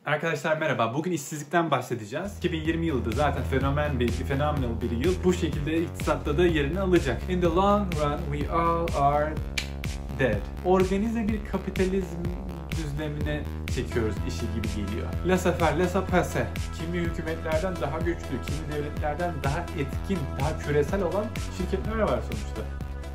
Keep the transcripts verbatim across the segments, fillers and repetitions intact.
Arkadaşlar merhaba. Bugün işsizlikten bahsedeceğiz. iki bin yirmi yılı da zaten fenomen bir, phenomenal bir yıl. Bu şekilde iktisatta da yerini alacak. In the long run we all are dead. Organize bir kapitalizm düzlemine çekiyoruz işi gibi geliyor. Laissez-faire, laissez-passer. Kimi hükümetlerden daha güçlü, kimi devletlerden daha etkin, daha küresel olan şirketler var sonuçta.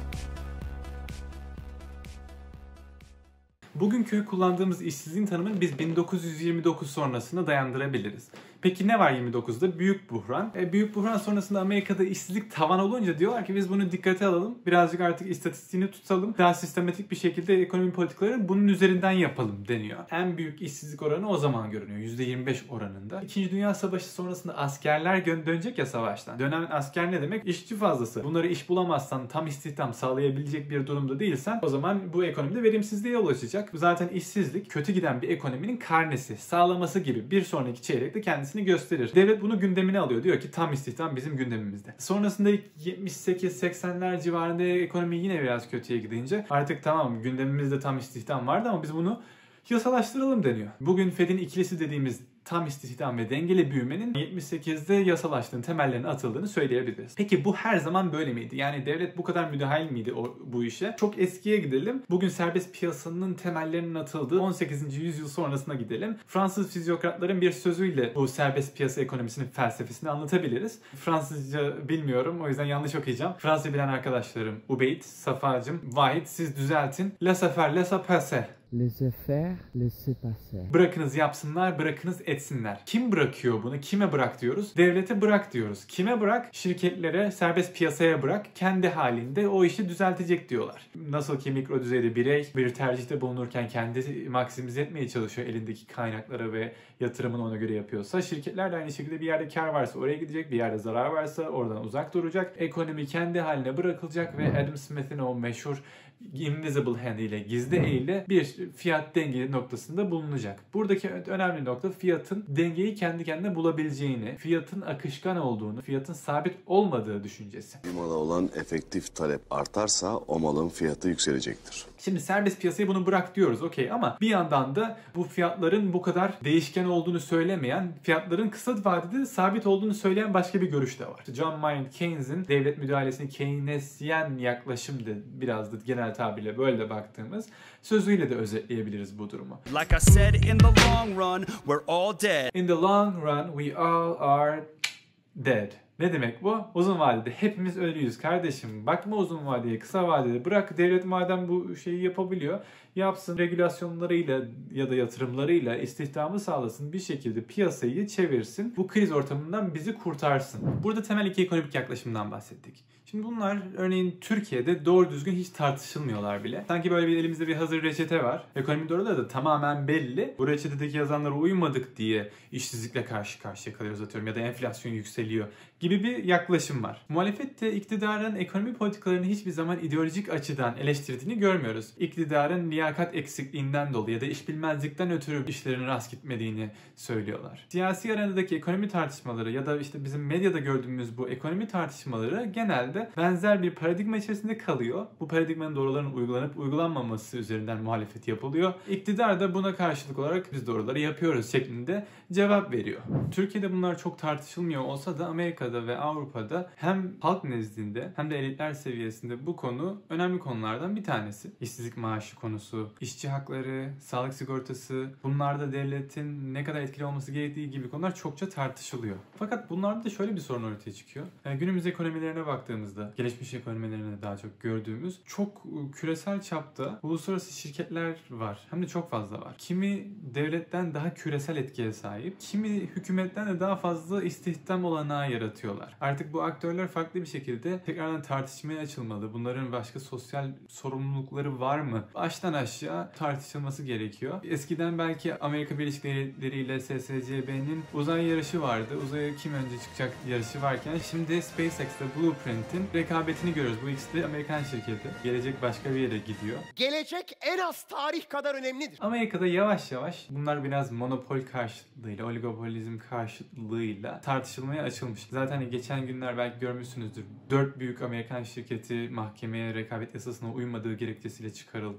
Bugünkü kullandığımız işsizliğin tanımını biz bin dokuz yüz yirmi dokuz sonrasına dayandırabiliriz. Peki ne var yirmi dokuzda? Büyük buhran. E, büyük buhran sonrasında Amerika'da işsizlik tavan olunca diyorlar ki biz bunu dikkate alalım. Birazcık artık istatistiğini tutalım. Daha sistematik bir şekilde ekonomi politikalarını bunun üzerinden yapalım deniyor. En büyük işsizlik oranı o zaman görünüyor. yüzde yirmi beş oranında. İkinci Dünya Savaşı sonrasında askerler dönecek ya savaştan. Dönen asker ne demek? İşçi fazlası. Bunları iş bulamazsan, tam istihdam sağlayabilecek bir durumda değilsen o zaman bu ekonomide verimsizliğe ulaşacak. Zaten işsizlik kötü giden bir ekonominin karnesi, sağlaması gibi bir sonraki çeyrekte kendisini gösterir. Devlet bunu gündemine alıyor. Diyor ki tam istihdam bizim gündemimizde. Sonrasında yetmiş sekiz seksenler civarında ekonomi yine biraz kötüye gidince artık tamam gündemimizde tam istihdam vardı ama biz bunu yasalaştıralım deniyor. Bugün Fed'in ikilisi dediğimiz tam istihdam ve dengeli büyümenin yetmiş sekizde yasalaştığını, temellerinin atıldığını söyleyebiliriz. Peki bu her zaman böyle miydi? Yani devlet bu kadar müdahil miydi o, bu işe? Çok eskiye gidelim. Bugün serbest piyasanın temellerinin atıldığı on sekizinci yüzyıl sonrasına gidelim. Fransız fizyokratların bir sözüyle bu serbest piyasa ekonomisinin felsefesini anlatabiliriz. Fransızca bilmiyorum, o yüzden yanlış okuyacağım. Fransızca bilen arkadaşlarım Ubeyd, Safacım, Vahit siz düzeltin. Laissez-faire, laissez-passer. Laissez-faire, laissez-passer. Bırakınız yapsınlar, bırakınız etsinler. Kim bırakıyor bunu? Kime bırak diyoruz? Devlete bırak diyoruz. Kime bırak? Şirketlere, serbest piyasaya bırak. Kendi halinde o işi düzeltecek diyorlar. Nasıl ki mikro düzeyde birey bir tercihte bulunurken kendi maksimize etmeye çalışıyor elindeki kaynaklara ve yatırımını ona göre yapıyorsa, şirketler de aynı şekilde bir yerde kar varsa oraya gidecek, bir yerde zarar varsa oradan uzak duracak. Ekonomi kendi haline bırakılacak ve Adam Smith'in o meşhur invisible hand ile, gizli elle bir fiyat denge noktasında bulunacak. Buradaki önemli nokta fiyatın dengeyi kendi kendine bulabileceğini, fiyatın akışkan olduğunu, fiyatın sabit olmadığı düşüncesi. Bir mala olan efektif talep artarsa o malın fiyatı yükselecektir. Şimdi serbest piyasaya bunu bırak diyoruz okey ama bir yandan da bu fiyatların bu kadar değişken olduğunu söylemeyen, fiyatların kısa vadede sabit olduğunu söyleyen başka bir görüş de var. John Maynard Keynes'in devlet müdahalesini Keynesyen yaklaşımdı, biraz da genel tabirle böyle de baktığımız sözüyle de özetleyebiliriz bu durumu. Like I said, in the long run, we're all dead. In the long run, we all are dead. Ne demek bu? Uzun vadede hepimiz ölüyüz kardeşim. Bakma uzun vadeye, kısa vadede. Bırak devlet madem bu şeyi yapabiliyor, yapsın, regülasyonlarıyla ya da yatırımlarıyla istihdamı sağlasın, bir şekilde piyasayı çevirsin. Bu kriz ortamından bizi kurtarsın. Burada temel iki ekonomik yaklaşımdan bahsettik. Şimdi bunlar örneğin Türkiye'de doğru düzgün hiç tartışılmıyorlar bile. Sanki böyle bir elimizde bir hazır reçete var. Ekonomi doğruları da tamamen belli. Bu reçetedeki yazanlara uymadık diye işsizlikle karşı karşıya kalıyoruz atıyorum ya da enflasyon yükseliyor gibi bir yaklaşım var. Muhalefet de iktidarın ekonomi politikalarını hiçbir zaman ideolojik açıdan eleştirdiğini görmüyoruz. İktidarın liyakat eksikliğinden dolayı ya da işbilmezlikten ötürü işlerin rast gitmediğini söylüyorlar. Siyasi arenadaki ekonomi tartışmaları ya da işte bizim medyada gördüğümüz bu ekonomi tartışmaları genelde benzer bir paradigma içerisinde kalıyor. Bu paradigmanın doğrularının uygulanıp uygulanmaması üzerinden muhalefet yapılıyor. İktidar da buna karşılık olarak biz doğruları yapıyoruz şeklinde cevap veriyor. Türkiye'de bunlar çok tartışılmıyor olsa da Amerika'da ve Avrupa'da hem halk nezdinde hem de elitler seviyesinde bu konu önemli konulardan bir tanesi. İşsizlik maaşı konusu, işçi hakları, sağlık sigortası, bunlarda devletin ne kadar etkili olması gerektiği gibi konular çokça tartışılıyor. Fakat bunlarda da şöyle bir sorun ortaya çıkıyor. Yani günümüz ekonomilerine baktığımızda, gelişmiş ekonomilerine daha çok gördüğümüz çok küresel çapta uluslararası şirketler var. Hem de çok fazla var. Kimi devletten daha küresel etkiye sahip, kimi hükümetten de daha fazla istihdam olanağı yaratıyorlar. Artık bu aktörler farklı bir şekilde tekrardan tartışmaya açılmalı. Bunların başka sosyal sorumlulukları var mı? Baştan aşağı tartışılması gerekiyor. Eskiden belki Amerika Birleşik Devletleri ile S S C B'nin uzay yarışı vardı. Uzaya kim önce çıkacak yarışı varken şimdi SpaceX ile Blueprint'in rekabetini görüyoruz. Bu ikisi de Amerikan şirketi. Gelecek başka bir yere gidiyor. Gelecek en az tarih kadar önemlidir. Amerika'da yavaş yavaş bunlar biraz monopol karşıtlığıyla, oligopolizm karşıtlığıyla tartışılmaya açılmış. Zaten geçen günler belki görmüşsünüzdür. Dört büyük Amerikan şirketi mahkemeye rekabet yasasına uymadığı gerekçesiyle çıkarıldı. Gerçekten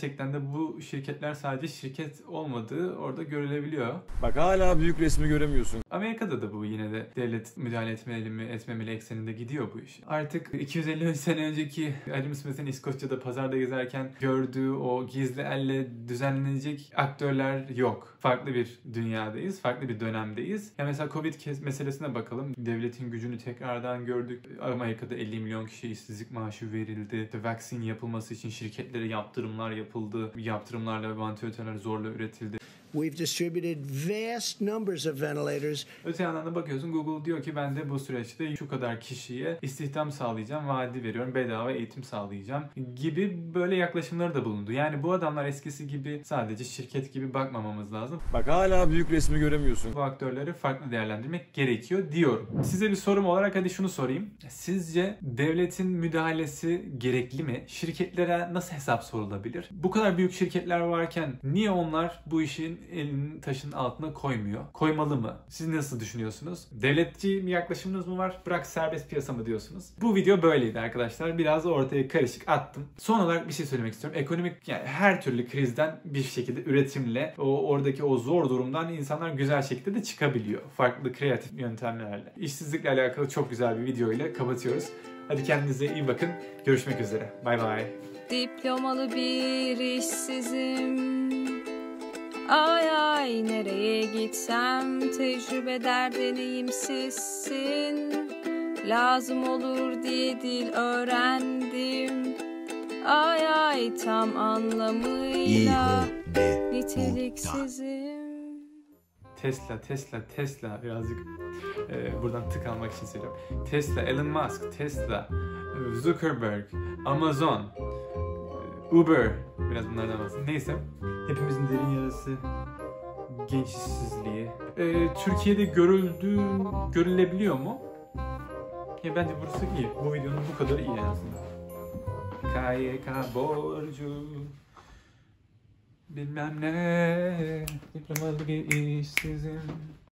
gerçekten de bu şirketler sadece şirket olmadığı orada görülebiliyor. Bak hala büyük resmi göremiyorsun. Amerika'da da bu yine de devlet müdahale etmeli mi etmemeli ekseninde gidiyor bu iş. Artık iki yüz elli sene önceki Adam Smith'in İskoçya'da pazarda gezerken gördüğü o gizli elle düzenlenecek aktörler yok. Farklı bir dünyadayız, farklı bir dönemdeyiz. Ya mesela Covid meselesine bakalım. Devletin gücünü tekrardan gördük. Amerika'da elli milyon kişiye işsizlik maaşı verildi. İşte vaksin yapılması için şirketlere yaptırımlar yapıldı. Yaptırımlarla ventilatörler zorla üretildi. We've distributed vast numbers of ventilators. Öte yandan da bakıyorsun Google diyor ki ben de bu süreçte şu kadar kişiye istihdam sağlayacağım, vaadi veriyorum, bedava eğitim sağlayacağım gibi böyle yaklaşımları da bulundu. Yani bu adamlar eskisi gibi sadece şirket gibi bakmamamız lazım. Bak hala büyük resmi göremiyorsun. Bu aktörleri farklı değerlendirmek gerekiyor diyorum. Size bir sorum olarak hadi şunu sorayım. Sizce devletin müdahalesi gerekli mi? Şirketlere nasıl hesap sorulabilir? Bu kadar büyük şirketler varken niye onlar bu işin elinin taşın altına koymuyor? Koymalı mı? Siz nasıl düşünüyorsunuz? Devletçi bir yaklaşımınız mı var? Bırak serbest piyasa mı diyorsunuz? Bu video böyleydi arkadaşlar. Biraz ortaya karışık attım. Son olarak bir şey söylemek istiyorum. Ekonomik yani her türlü krizden bir şekilde üretimle o oradaki o zor durumdan insanlar güzel şekilde de çıkabiliyor. Farklı kreatif yöntemlerle. İşsizlikle alakalı çok güzel bir video ile kapatıyoruz. Hadi kendinize iyi bakın. Görüşmek üzere. Bay bay. Diplomalı bir işsizim. Ay ay nereye gitsem tecrübe der deneyimsizsin. Lazım olur diye dil öğrendim. Ay ay tam anlamıyla niteliksizim. Tesla, Tesla, Tesla birazcık e, buradan tık almak için söylüyorum. Tesla, Elon Musk, Tesla, Zuckerberg, Amazon, Uber, biraz bunlardan bahsedeyim. Neyse, hepimizin derin yarası genç işsizliği. E, Türkiye'de görüldüğü, görülebiliyor mu? Ya bence burası iyi. Bu videonun bu kadar iyi en azından. K Y K borcu bilmem ne diplomalı bir işsizim.